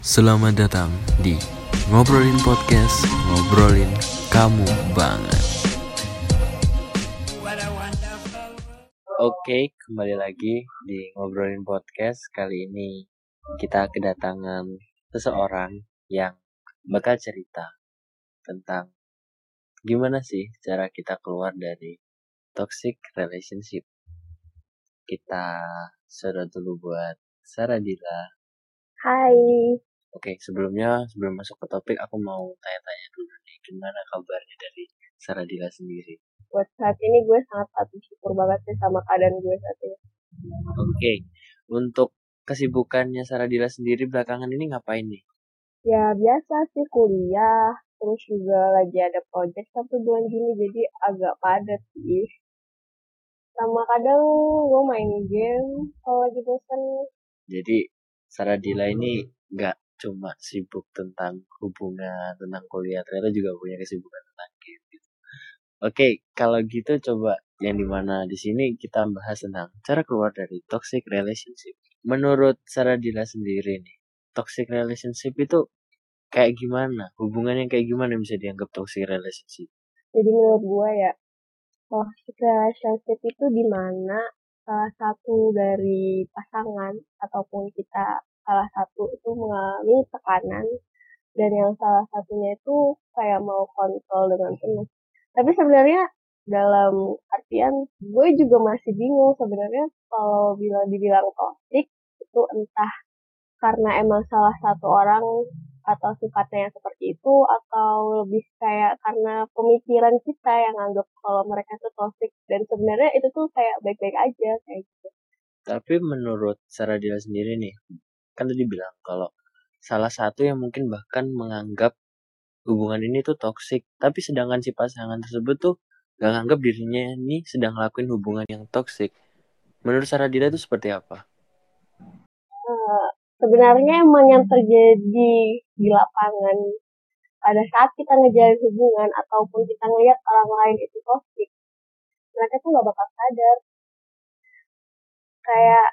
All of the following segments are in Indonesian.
Selamat datang di Ngobrolin Podcast, ngobrolin kamu banget. Oke, kembali lagi di Ngobrolin Podcast. Kali ini kita kedatangan seseorang yang bakal cerita tentang gimana sih cara kita keluar dari toxic relationship. Kita sudah dulu buat Sarah Dila. Hai. Oke, sebelum masuk ke topik, aku mau tanya-tanya dulu nih, gimana kabarnya dari Sarah Dila sendiri? Buat saat ini gue sangat bersyukur banget sih sama keadaan gue saat ini. Oke, untuk kesibukannya Sarah Dila sendiri belakangan ini ngapain nih? Ya biasa sih kuliah, terus juga lagi ada project 1 bulan gini, jadi agak padat sih. Sama kadang gue main game kalau lagi bosan. Jadi Sarah Dila ini nggak cuma sibuk tentang hubungan, tentang kuliah, ternyata juga punya kesibukan tentang game gitu. Oke, kalau gitu coba yang dimana di sini kita bahas tentang cara keluar dari toxic relationship. Menurut Sarah Dila sendiri nih, toxic relationship itu kayak gimana? Hubungan yang kayak gimana bisa dianggap toxic relationship? Jadi menurut gue ya, toxic relationship itu dimana salah satu dari pasangan ataupun kita salah satu itu mengalami tekanan dan yang salah satunya itu kayak mau kontrol dengan penuh. Tapi sebenarnya dalam artian gue juga masih bingung sebenarnya kalau dibilang toxic itu entah karena emang salah satu orang atau sifatnya yang seperti itu atau lebih kayak karena pemikiran kita yang anggap kalau mereka itu toxic dan sebenarnya itu tuh kayak baik-baik aja kayak gitu. Tapi menurut Sarah Dila sendiri nih, kan tadi bilang kalau salah satu yang mungkin bahkan menganggap hubungan ini tuh toxic, tapi sedangkan si pasangan tersebut tuh gak nganggap dirinya ini sedang ngelakuin hubungan yang toxic. Menurut Sarah Dila itu seperti apa? Eh, Sebenarnya emang yang terjadi di lapangan pada saat kita ngejalin hubungan ataupun kita ngelihat orang lain itu toxic, mereka tuh nggak bakal sadar kayak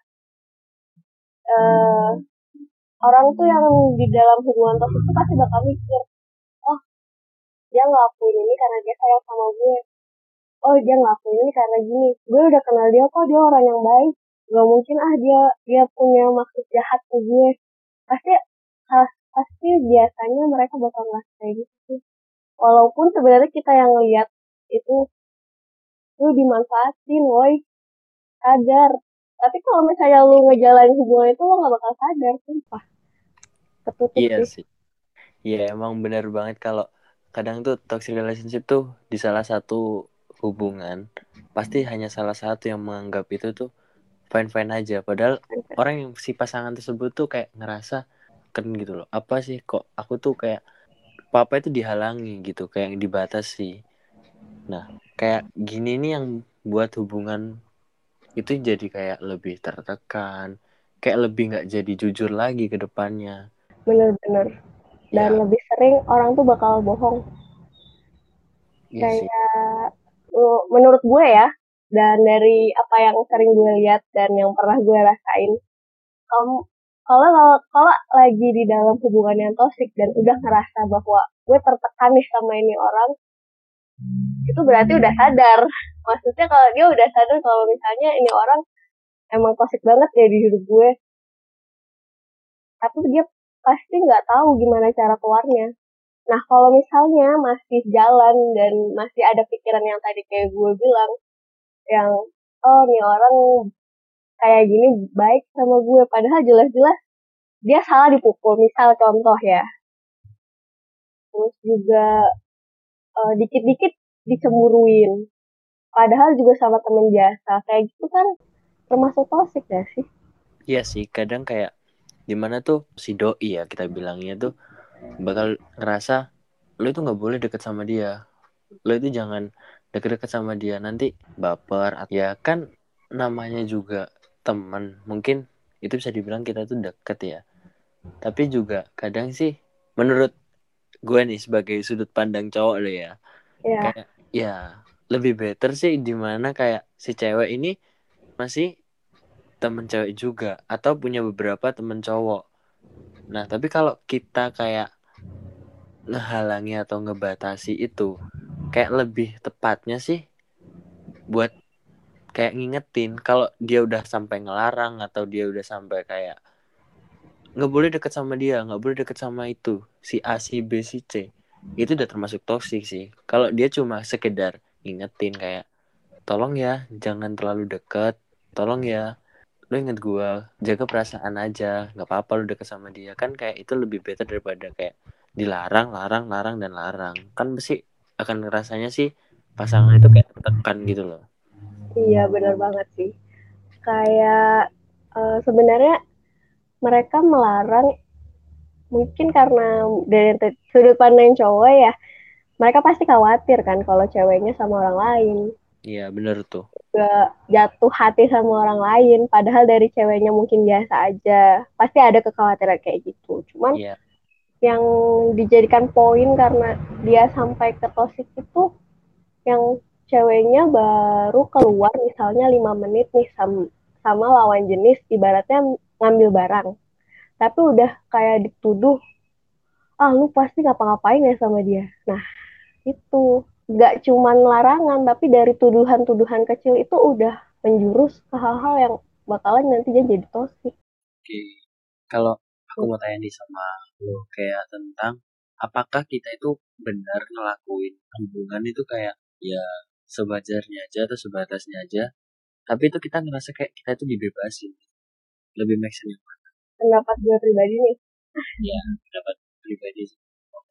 eh, orang tuh yang di dalam hubungan toxic itu pasti bakal mikir, oh dia ngelakuin ini karena dia sayang sama gue, oh dia ngelakuin ini karena gini, gue udah kenal dia kok, dia orang yang baik, nggak mungkin dia punya maksud jahat ke gue. Pasti pasti biasanya mereka bakal ngerasa kayak gitu, walaupun sebenarnya kita yang lihat itu lu dimanfaatin, woi, sadar. Tapi kalau misalnya lu ngejalanin hubungan itu, lu gak bakal sadar, sumpah. Ketutup Iya sih. sih. Iya emang benar banget kalau kadang tuh toxic relationship tuh di salah satu hubungan pasti hanya salah satu yang menganggap itu tuh fine-fine aja. Padahal orang yang si pasangan tersebut tuh kayak ngerasa kan gitu loh. Apa sih kok aku tuh kayak apa itu dihalangi gitu, kayak dibatasi. Nah, kayak gini nih yang buat hubungan itu jadi kayak lebih tertekan, kayak lebih nggak jadi jujur lagi ke depannya. Bener-bener. Dan Ya, lebih sering orang tuh bakal bohong. iya sih. Kayak, menurut gue ya, dan dari apa yang sering gue lihat dan yang pernah gue rasain, kamu kalau kalau lagi di dalam hubungan yang toksik dan udah ngerasa bahwa gue tertekan nih sama ini orang, itu berarti udah sadar. Maksudnya kalau dia udah sadar kalau misalnya ini orang emang toxic banget ya di hidup gue, tapi dia pasti nggak tahu gimana cara keluarnya. Nah kalau misalnya masih jalan dan masih ada pikiran yang tadi kayak gue bilang, yang oh nih orang kayak gini baik sama gue, padahal jelas-jelas dia salah dipukul, misal contoh ya. Terus juga dikit-dikit dicemburuin, padahal juga sama temen biasa, kayak gitu kan termasuk toxic gak sih? Iya sih, kadang kayak dimana tuh si doi ya kita bilangnya tuh bakal ngerasa lo itu nggak boleh deket sama dia, lo itu jangan deket-deket sama dia nanti baper. Ya kan namanya juga teman, mungkin itu bisa dibilang kita tuh deket ya, tapi juga kadang sih menurut gue nih sebagai sudut pandang cowok lo ya, Ya, kayak ya lebih better sih dimana kayak si cewek ini masih temen cewek juga atau punya beberapa temen cowok. Nah, tapi kalau kita kayak ngehalangi atau ngebatasi itu, kayak lebih tepatnya sih buat kayak ngingetin kalau dia udah sampai ngelarang atau dia udah sampai kayak nggak boleh deket sama dia, nggak boleh deket sama itu, si A, si B, si C, itu udah termasuk toksik sih. Kalau dia cuma sekedar ngingetin kayak, tolong ya, jangan terlalu deket, tolong ya, lu inget gua, jaga perasaan aja, nggak apa-apa lu deket sama dia, kan kayak itu lebih better daripada kayak dilarang, larang, larang dan larang. Kan pasti akan rasanya sih pasangan itu kayak tertekan gitu loh. Iya benar banget sih. Kayak sebenarnya mereka melarang mungkin karena dari sudut pandang cowok ya, mereka pasti khawatir kan kalau ceweknya sama orang lain, Iya bener tuh. gak jatuh hati sama orang lain, padahal dari ceweknya mungkin biasa aja, pasti ada kekhawatiran kayak gitu. Cuman Iya. yang dijadikan poin karena dia sampai ke toxic itu yang ceweknya baru keluar misalnya 5 menit nih sama lawan jenis, ibaratnya ngambil barang, tapi udah kayak dituduh, ah lu pasti ngapa-ngapain ya sama dia. Nah itu nggak cuman larangan, tapi dari tuduhan-tuduhan kecil itu udah menjurus ke hal-hal yang bakalan nantinya jadi toksik. Oke. Kalau aku mau tanya nih sama lo kayak tentang apakah kita itu benar ngelakuin hubungan itu kayak ya sewajarnya aja atau sebatasnya aja, tapi itu kita ngerasa kayak kita itu dibebasin. Lebih make sense yang mana? Pendapat gue pribadi nih, Ya, pendapat pribadi sih.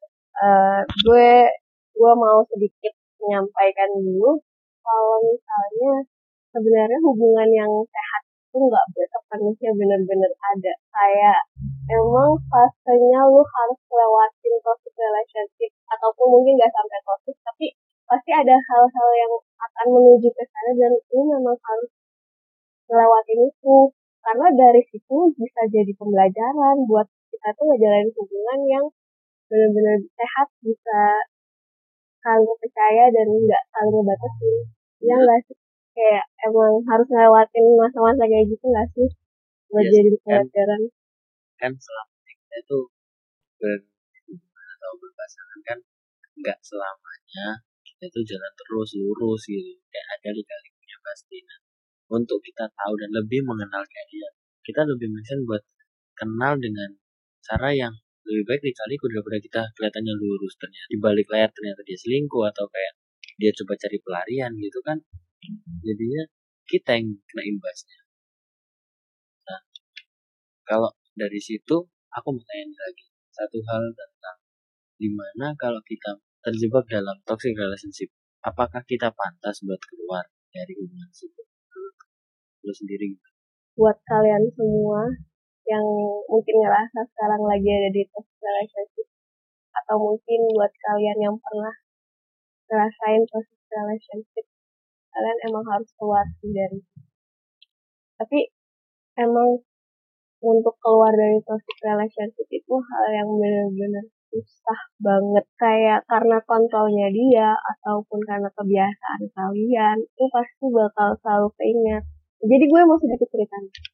gue mau sedikit menyampaikan dulu kalau misalnya sebenarnya hubungan yang sehat itu nggak sepenuhnya benar-benar ada. Kayak emang fasenya lu harus lewatin toxic relationship ataupun mungkin nggak sampai toxic, tapi pasti ada hal-hal yang akan menuju ke sana dan lu memang harus ngelewatin itu. Karena dari situ bisa jadi pembelajaran buat kita tuh ngejalanin hubungan yang benar-benar sehat, bisa saling percaya dan nggak saling ngebatasin. Ya Menurut nggak sih? Kayak emang harus ngelewatin masa-masa kayak gitu nggak sih? Buat ya jadi kan pelajaran. kan selama kita itu berhubungan atau berpasangan kan nggak selamanya kita itu jalan terus lurus gitu. Kayak ada lika-likunya pasti. Nah, untuk kita tahu dan lebih mengenal kayak dia, kita lebih mention buat kenal dengan cara yang lebih baik dikali daripada kita kelihatannya lurus ternyata di balik layar ternyata dia selingkuh atau kayak dia coba cari pelarian gitu kan, jadinya kita yang kena imbasnya. Nah, kalau dari situ aku mau tanya lagi satu hal tentang dimana kalau kita terjebak dalam toxic relationship, apakah kita pantas buat keluar dari hubungan itu? Lu sendiri gitu. Buat kalian semua yang mungkin ngerasa sekarang lagi ada di toxic relationship, atau mungkin buat kalian yang pernah ngerasain toxic relationship, kalian emang harus keluar dari. Tapi emang untuk keluar dari toxic relationship itu hal yang benar-benar susah banget, kayak karena kontrolnya dia ataupun karena kebiasaan kalian itu pasti bakal selalu keinget. Jadi gue mau sedikit cerita.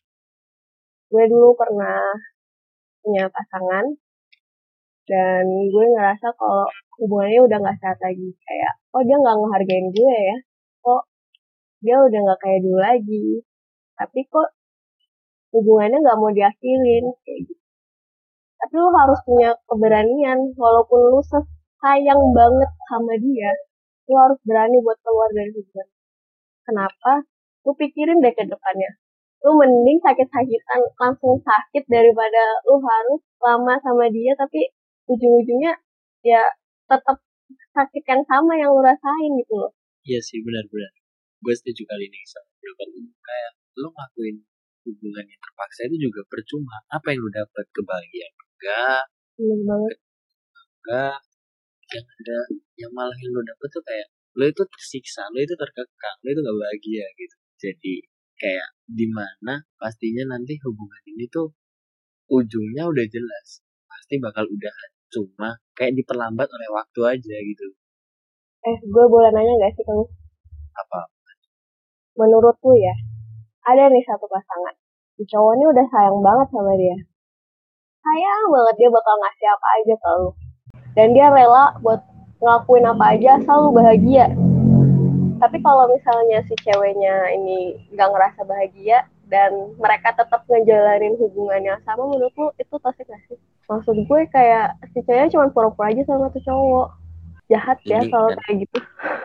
Gue dulu pernah punya pasangan dan gue ngerasa kalau hubungannya udah nggak sehat lagi, kayak oh dia nggak ngehargain gue ya, kok dia udah nggak kayak dulu lagi, tapi kok hubungannya nggak mau diakhirin kayak gitu. Tapi lu harus punya keberanian, walaupun lu sayang banget sama dia, lu harus berani buat keluar dari hubungan. Kenapa? Lu pikirin deh ke depannya. Lu mending sakit-sakitan langsung sakit daripada lu harus lama sama dia tapi ujung-ujungnya ya tetap sakit yang sama yang lu rasain gitu loh. Iya sih benar-benar. Gue setuju kali ini sama pendapat lu. Kayak lu ngelakuin hubungan yang terpaksa itu juga percuma. Apa yang lu dapat, kebahagiaan? Enggak, Bener banget. enggak. Yang ada yang malah yang lu dapat tuh kayak lu itu tersiksa, lu itu terkekang, lu itu gak bahagia gitu. Jadi kayak dimana pastinya nanti hubungan ini tuh ujungnya udah jelas. Pasti bakal udahan. Cuma kayak diperlambat oleh waktu aja gitu. Gue boleh nanya gak sih kamu? Apa? Menurut lu ya, ada nih satu pasangan. Si cowok ini udah sayang banget sama dia. sayang banget dia bakal ngasih apa aja ke lu. Dan dia rela buat ngelakuin apa aja asal lu bahagia. Tapi kalau misalnya si ceweknya ini nggak ngerasa bahagia dan mereka tetap ngejalanin hubungan yang sama, menurut lu itu toxic gak sih? Maksud gue kayak si ceweknya cuma pura-pura aja sama tuh cowok. Jahat ya Ini kalau kan kayak gitu.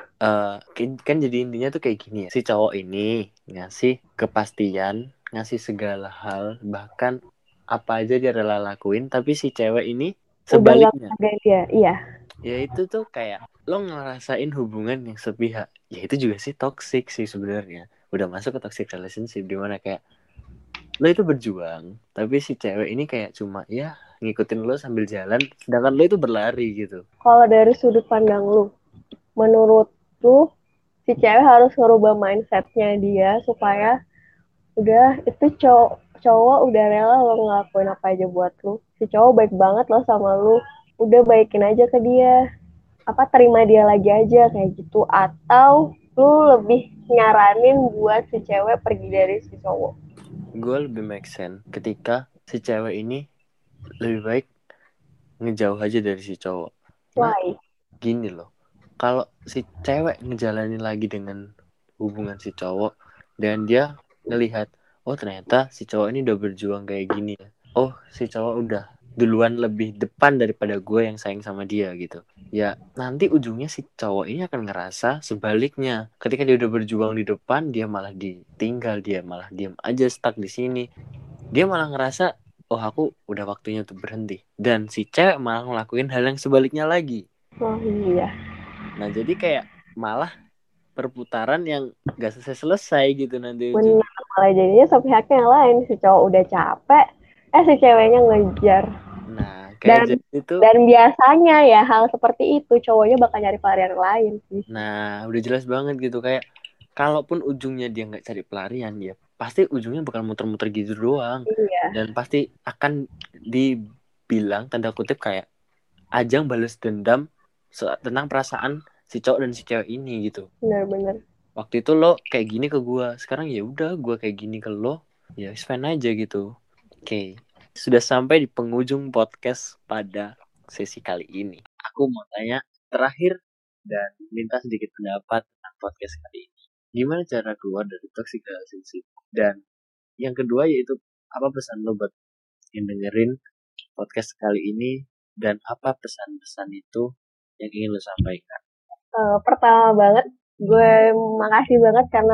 kan jadi intinya tuh kayak gini ya. Si cowok ini ngasih kepastian, ngasih segala hal, bahkan apa aja dia rela lakuin, tapi si cewek ini Udah nggak sebaliknya. menghargai dia, iya. Ya itu tuh kayak lo ngerasain hubungan yang sepihak. Ya itu juga sih toxic sih sebenarnya. Udah masuk ke toxic relationship dimana kayak lo itu berjuang, tapi si cewek ini kayak cuma ya ngikutin lo sambil jalan, sedangkan lo itu berlari gitu. Kalau dari sudut pandang lu, menurut lu si cewek harus ngerubah mindsetnya dia supaya udah itu cowok udah rela lo ngelakuin apa aja buat lu. Si cowok baik banget lo sama lu, udah baikin aja ke dia, apa terima dia lagi aja kayak gitu, atau lu lebih nyaranin buat si cewek pergi dari si cowok? Gue lebih make sense ketika si cewek ini lebih baik ngejauh aja dari si cowok. Nah, Why? gini loh. Kalau si cewek ngejalanin lagi dengan hubungan si cowok dan dia ngelihat, oh ternyata si cowok ini udah berjuang kayak gini ya. Oh, si cowok udah duluan lebih depan daripada gue yang sayang sama dia gitu. Ya, nanti ujungnya si cowok ini akan ngerasa sebaliknya. Ketika dia udah berjuang di depan, dia malah ditinggal, dia malah diam aja stuck di sini. Dia malah ngerasa, oh aku udah waktunya untuk berhenti. Dan si cewek malah ngelakuin hal yang sebaliknya lagi. Oh iya, Nah, jadi kayak malah perputaran yang gak selesai-selesai gitu nanti benar, ujungnya. malah jadinya sepihaknya yang lain, si cowok udah capek, si ceweknya ngejar. Nah, kayak dan jadi itu, dan biasanya ya hal seperti itu cowoknya bakal nyari pelarian lain sih. nah udah jelas banget gitu. Kayak kalaupun ujungnya dia nggak cari pelarian, ya pasti ujungnya bakal muter-muter gitu doang. Iya, Dan pasti akan dibilang, tanda kutip, kayak ajang balas dendam tentang perasaan si cowok dan si cewek ini gitu. benar-benar. Waktu itu lo kayak gini ke gue, sekarang ya udah gue kayak gini ke lo, ya it's fine aja gitu. Oke, sudah sampai di penghujung podcast pada sesi kali ini. Aku mau tanya terakhir dan minta sedikit pendapat tentang podcast kali ini. Gimana cara keluar dari toxic relationship? Dan yang kedua yaitu, apa pesan lo buat yang dengerin podcast kali ini, dan apa pesan-pesan itu yang ingin lo sampaikan? Pertama banget gue makasih banget karena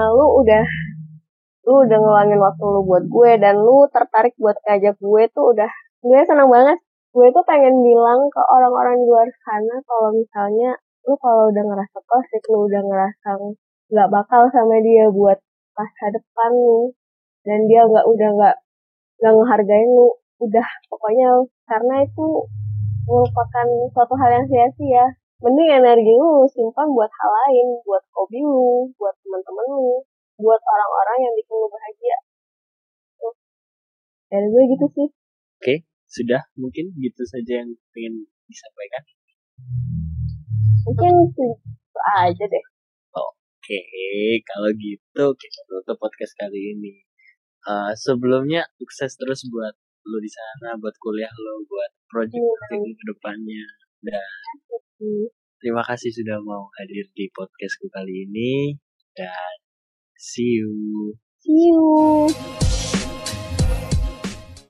lu udah ngeluangin waktu lu buat gue dan lu tertarik buat ngajak gue tuh udah, gue senang banget. Gue tuh pengen bilang ke orang-orang di luar sana kalau misalnya lu kalau udah ngerasa toxic, lu udah ngerasa nggak bakal sama dia buat masa depan lu, dan dia udah nggak ngehargain lu, udah pokoknya karena itu merupakan suatu hal yang sia-sia. Mending energi lu simpan buat hal lain, buat hobi lu, buat teman-teman lu, buat orang-orang yang bikin lu bahagia. Tuh. Dari gue gitu sih. Oke, sudah mungkin gitu saja yang ingin disampaikan. Mungkin itu aja deh. Oke, kalau gitu kita tutup podcast kali ini. Sebelumnya sukses terus buat lo di sana, buat kuliah lo, buat project ke depannya. Dan terima kasih sudah mau hadir di podcastku kali ini. Dan see you. See you.